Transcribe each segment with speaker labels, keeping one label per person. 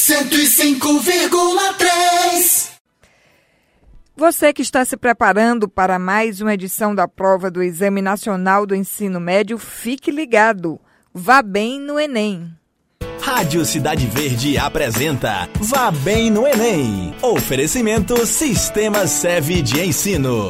Speaker 1: 105,3.
Speaker 2: Você que está se preparando para mais uma edição da prova do Exame Nacional do Ensino Médio, fique ligado. Vá bem no Enem.
Speaker 3: Rádio Cidade Verde apresenta Vá Bem no Enem. Oferecimento Sistema SEV de Ensino.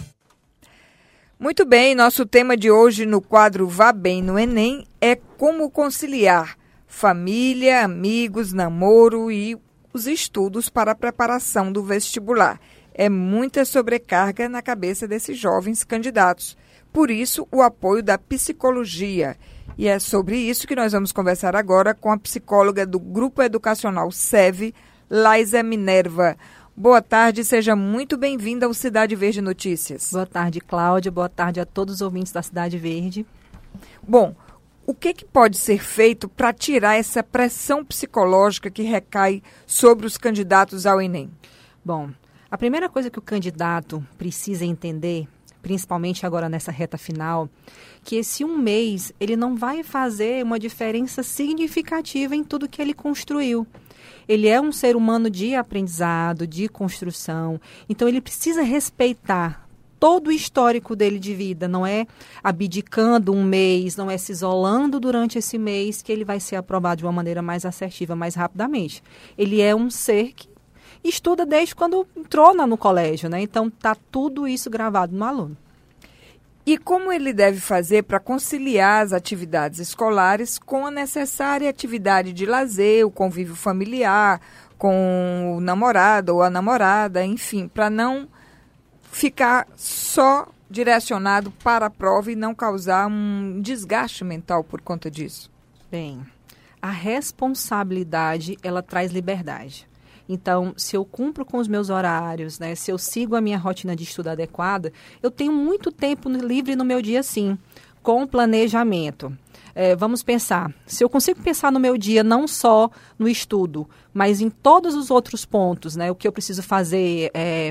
Speaker 2: Muito bem, nosso tema de hoje no quadro Vá Bem no Enem é como conciliar família, amigos, namoro e os estudos para a preparação do vestibular. É muita sobrecarga na cabeça desses jovens candidatos. Por isso, o apoio da psicologia. E é sobre isso que nós vamos conversar agora com a psicóloga do Grupo Educacional SEV, Laísa Minerva. Boa tarde, seja muito bem-vinda ao Cidade Verde Notícias.
Speaker 4: Boa tarde, Cláudia. Boa tarde a todos os ouvintes da Cidade Verde.
Speaker 2: Bom, o que pode ser feito para tirar essa pressão psicológica que recai sobre os candidatos ao Enem?
Speaker 4: Bom, a primeira coisa que o candidato precisa entender, principalmente agora nessa reta final, que esse um mês ele não vai fazer uma diferença significativa em tudo que ele construiu. Ele é um ser humano de aprendizado, de construção, então ele precisa respeitar todo o histórico dele de vida, não é abdicando um mês, não é se isolando durante esse mês que ele vai ser aprovado de uma maneira mais assertiva, mais rapidamente. Ele é um ser que estuda desde quando entrou no colégio, né? Então, está tudo isso gravado no aluno.
Speaker 2: E como ele deve fazer para conciliar as atividades escolares com a necessária atividade de lazer, o convívio familiar, com o namorado ou a namorada, enfim, para não ficar só direcionado para a prova e não causar um desgaste mental por conta disso?
Speaker 4: Bem, a responsabilidade, ela traz liberdade. Então, se eu cumpro com os meus horários, né, se eu sigo a minha rotina de estudo adequada, eu tenho muito tempo livre no meu dia, sim, com planejamento. Vamos pensar, se eu consigo pensar no meu dia não só no estudo, mas em todos os outros pontos, né, o que eu preciso fazer,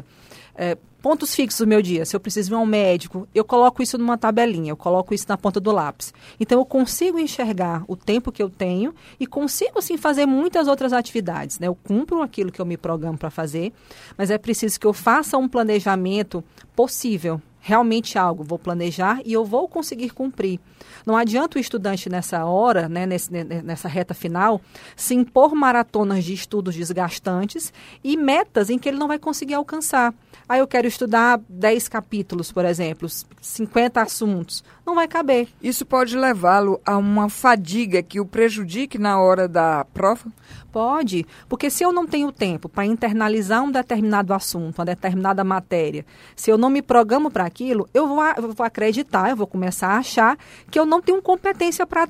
Speaker 4: pontos fixos do meu dia, se eu preciso ir ao médico, eu coloco isso numa tabelinha, eu coloco isso na ponta do lápis. Então, eu consigo enxergar o tempo que eu tenho e consigo, sim, fazer muitas outras atividades, né? Eu cumpro aquilo que eu me programo para fazer, mas é preciso que eu faça um planejamento possível, realmente algo, vou planejar e eu vou conseguir cumprir. Não adianta o estudante nessa hora, né, nessa reta final, se impor maratonas de estudos desgastantes e metas em que ele não vai conseguir alcançar. Eu quero estudar 10 capítulos, por exemplo, 50 assuntos. Não vai caber.
Speaker 2: Isso pode levá-lo a uma fadiga que o prejudique na hora da prova?
Speaker 4: Pode, porque se eu não tenho tempo para internalizar um determinado assunto, uma determinada matéria, se eu não me programo para aquilo, eu vou acreditar, eu vou começar a achar que eu não tenho competência para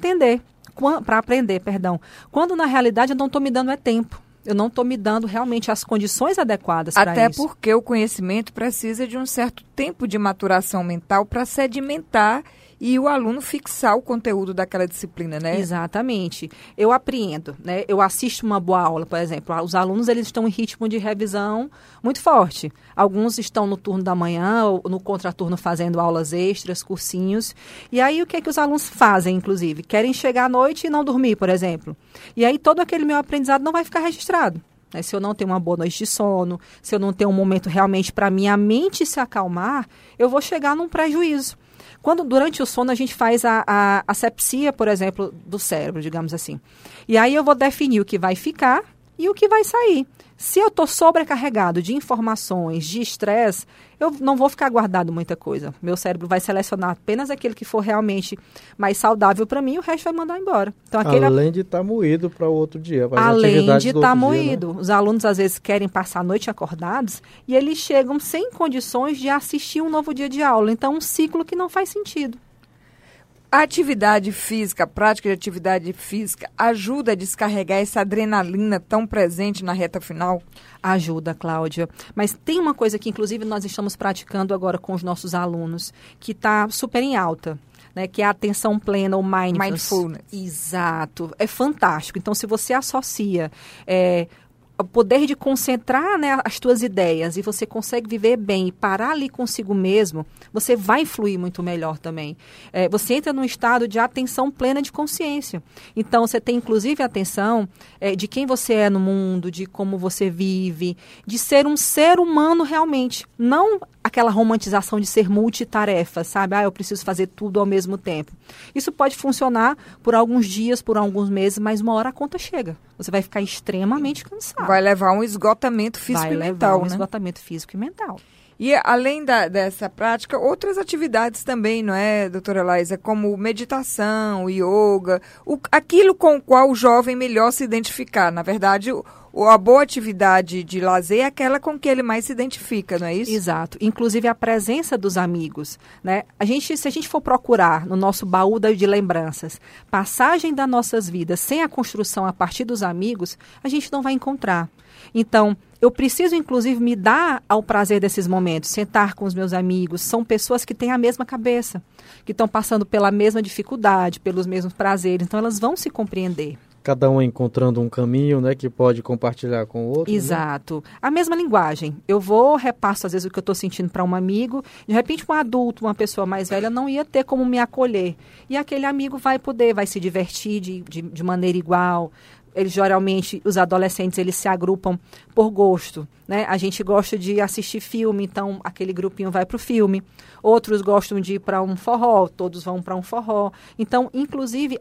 Speaker 4: aprender, quando na realidade eu não estou me dando tempo. Eu não estou me dando realmente as condições adequadas para isso.
Speaker 2: Até porque o conhecimento precisa de um certo tempo de maturação mental para sedimentar e o aluno fixar o conteúdo daquela disciplina, né?
Speaker 4: Exatamente. Eu apreendo, né? Eu assisto uma boa aula, por exemplo. Os alunos eles estão em ritmo de revisão muito forte. Alguns estão no turno da manhã ou no contraturno fazendo aulas extras, cursinhos. E aí o que os alunos fazem, inclusive? Querem chegar à noite e não dormir, por exemplo. E aí todo aquele meu aprendizado não vai ficar registrado. Se eu não tenho uma boa noite de sono, se eu não tenho um momento realmente para minha mente se acalmar, eu vou chegar num prejuízo. Quando durante o sono a gente faz a asepsia, por exemplo, do cérebro, digamos assim. E aí eu vou definir o que vai ficar e o que vai sair. Se eu estou sobrecarregado de informações, de estresse, eu não vou ficar guardado muita coisa. Meu cérebro vai selecionar apenas aquele que for realmente mais saudável para mim e o resto vai mandar embora. Então,
Speaker 5: além de estar moído para o outro dia.
Speaker 4: Além de estar moído. Dia, né? Os alunos, às vezes, querem passar a noite acordados e eles chegam sem condições de assistir um novo dia de aula. Então, um ciclo que não faz sentido.
Speaker 2: A atividade física, a prática de atividade física, ajuda a descarregar essa adrenalina tão presente na reta final?
Speaker 4: Ajuda, Cláudia. Mas tem uma coisa que, inclusive, nós estamos praticando agora com os nossos alunos, que está super em alta, né? Que é a atenção plena, ou mindfulness.
Speaker 2: Mindfulness.
Speaker 4: Exato. É fantástico. Então, se você associa o poder de concentrar, né, as tuas ideias e você consegue viver bem e parar ali consigo mesmo, você vai fluir muito melhor também. Você entra num estado de atenção plena de consciência. Então, você tem inclusive a atenção de quem você é no mundo, de como você vive, de ser um ser humano realmente. Não aquela romantização de ser multitarefa, sabe? Eu preciso fazer tudo ao mesmo tempo. Isso pode funcionar por alguns dias, por alguns meses, mas uma hora a conta chega. Você vai ficar extremamente cansado.
Speaker 2: Vai levar a um esgotamento físico e mental, né?
Speaker 4: Esgotamento físico e mental.
Speaker 2: E além dessa prática, outras atividades também, não é, doutora Laísa? Como meditação, yoga, aquilo com o qual o jovem melhor se identificar. Na verdade, a boa atividade de lazer é aquela com que ele mais se identifica, não é isso?
Speaker 4: Exato. Inclusive a presença dos amigos, né? Se a gente for procurar no nosso baú de lembranças, passagem das nossas vidas sem a construção a partir dos amigos, a gente não vai encontrar. Então, eu preciso, inclusive, me dar ao prazer desses momentos, sentar com os meus amigos. São pessoas que têm a mesma cabeça, que estão passando pela mesma dificuldade, pelos mesmos prazeres. Então, elas vão se compreender.
Speaker 5: Cada um encontrando um caminho, né, que pode compartilhar com o outro.
Speaker 4: Exato. Né? A mesma linguagem. Eu repasso, às vezes, o que eu estou sentindo para um amigo. De repente, um adulto, uma pessoa mais velha, não ia ter como me acolher. E aquele amigo vai se divertir de maneira igual. Eles, geralmente, os adolescentes, eles se agrupam por gosto, né? A gente gosta de assistir filme, então aquele grupinho vai para o filme. Outros gostam de ir para um forró, todos vão para um forró. Então, inclusive,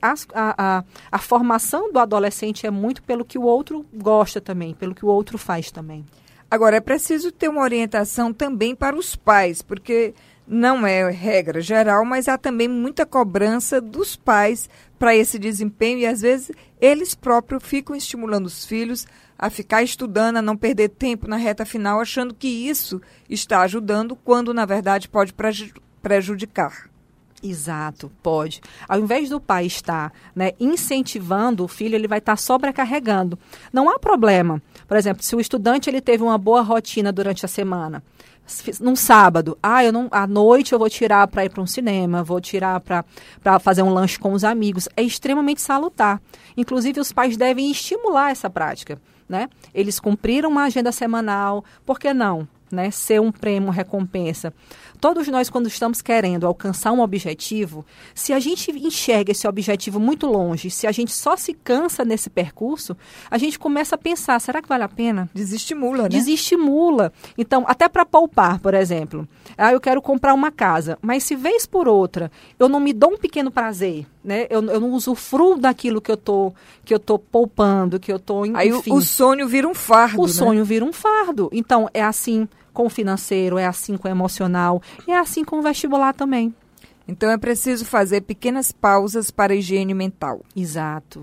Speaker 4: a formação do adolescente é muito pelo que o outro gosta também, pelo que o outro faz também.
Speaker 2: Agora, é preciso ter uma orientação também para os pais, porque não é regra geral, mas há também muita cobrança dos pais para esse desempenho e, às vezes, eles próprios ficam estimulando os filhos a ficar estudando, a não perder tempo na reta final, achando que isso está ajudando, quando, na verdade, pode prejudicar.
Speaker 4: Exato, pode. Ao invés do pai estar, né, incentivando o filho, ele vai estar sobrecarregando. Não há problema. Por exemplo, se o estudante ele teve uma boa rotina durante a semana, num sábado, à noite eu vou tirar para ir para um cinema, vou tirar para fazer um lanche com os amigos, é extremamente salutar. Inclusive, os pais devem estimular essa prática, né? Eles cumpriram uma agenda semanal, por que não? Né, ser um prêmio, recompensa. Todos nós, quando estamos querendo alcançar um objetivo, se a gente enxerga esse objetivo muito longe, se a gente só se cansa nesse percurso, a gente começa a pensar, será que vale a pena?
Speaker 2: Desestimula, né?
Speaker 4: Desestimula. Então, até para poupar, por exemplo. Eu quero comprar uma casa, mas se vez por outra eu não me dou um pequeno prazer, né? Eu não usufruo daquilo que eu tô poupando, que eu tô, enfim.
Speaker 2: Aí o sonho vira um fardo,
Speaker 4: O sonho vira um fardo. Então, é assim com o financeiro, é assim com o emocional, é assim com o vestibular também.
Speaker 2: Então, é preciso fazer pequenas pausas para a higiene mental.
Speaker 4: Exato.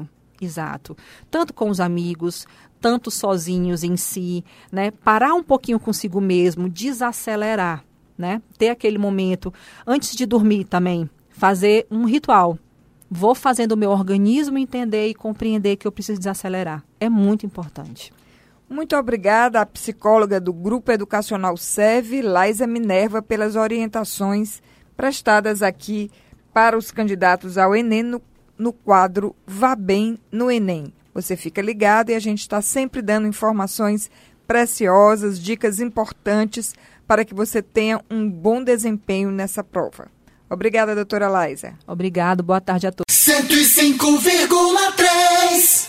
Speaker 4: Tanto com os amigos, tanto sozinhos em si, né? Parar um pouquinho consigo mesmo, desacelerar, né? Ter aquele momento, antes de dormir também, fazer um ritual. Vou fazendo o meu organismo entender e compreender que eu preciso desacelerar. É muito importante.
Speaker 2: Muito obrigada à psicóloga do Grupo Educacional SEV, Laísa Minerva, pelas orientações prestadas aqui para os candidatos ao Enem no quadro Vá Bem no Enem. Você fica ligado e a gente está sempre dando informações preciosas, dicas importantes para que você tenha um bom desempenho nessa prova. Obrigada, doutora Laísa.
Speaker 4: Obrigado, boa tarde a todos.
Speaker 1: 105,3